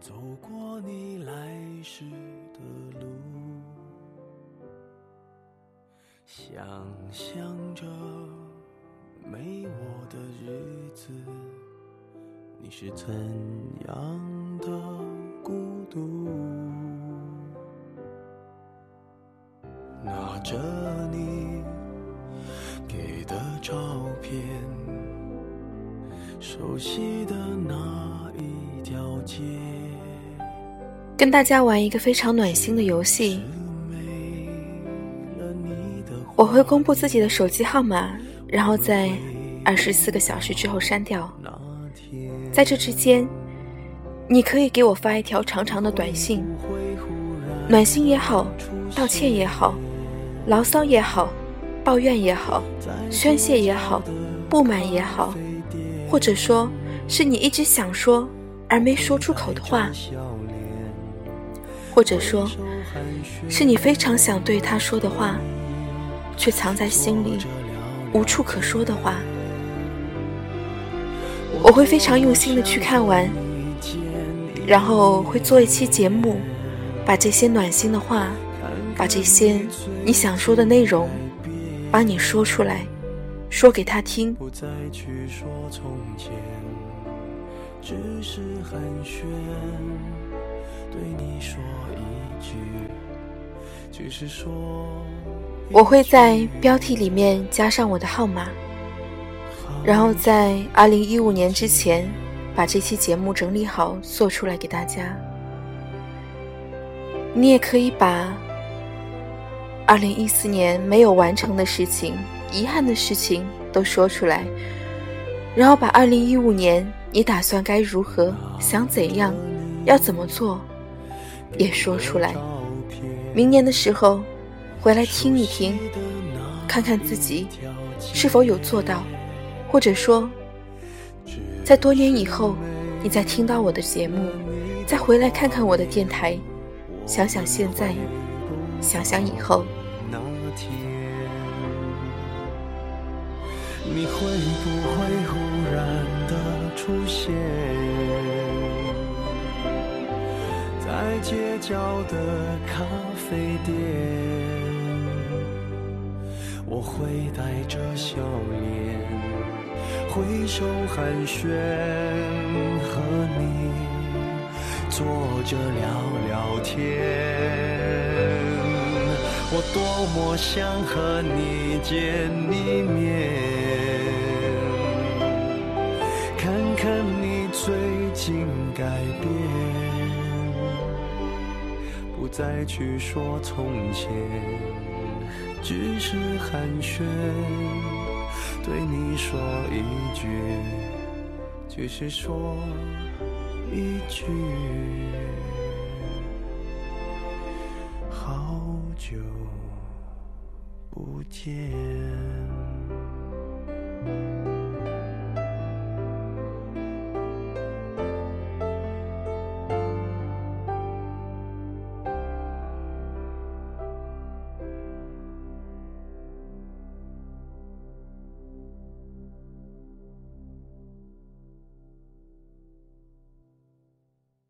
走过你来时的路，想象着没我的日子，你是怎样的孤独，拿着你给的照片，熟悉的那一条街， 跟大家玩一个非常暖心的游戏。我会公布自己的手机号码，然后在24个小时之后删掉。在这之间，你可以给我发一条长长的短信，暖心也好，道歉也好，牢骚也好，抱怨也好，宣泄也好，不满也好，或者说是你一直想说而没说出口的话，或者说是你非常想对他说的话，却藏在心里无处可说的话。我会非常用心的去看完，然后会做一期节目，把这些暖心的话，把这些你想说的内容帮你说出来，说给他听。 不再去说从前，只是寒暄，对你说一句，只是说我会在标题里面加上我的号码，然后在2015年之前把这期节目整理好做出来给大家。你也可以把2014年没有完成的事情，遗憾的事情都说出来，然后把2015年你打算该如何，想怎样，要怎么做也说出来。明年的时候回来听一听，看看自己是否有做到，或者说在多年以后你再听到我的节目，再回来看看我的电台，想想现在，想想以后。 那天你会不会忽然的出现在街角的咖啡店，我会带着笑脸挥手寒暄，和你坐着聊聊天，我多么想和你见一面，看看你最近改变，不再去说从前，只是寒暄，对你说一句，只是说一句，好久不见。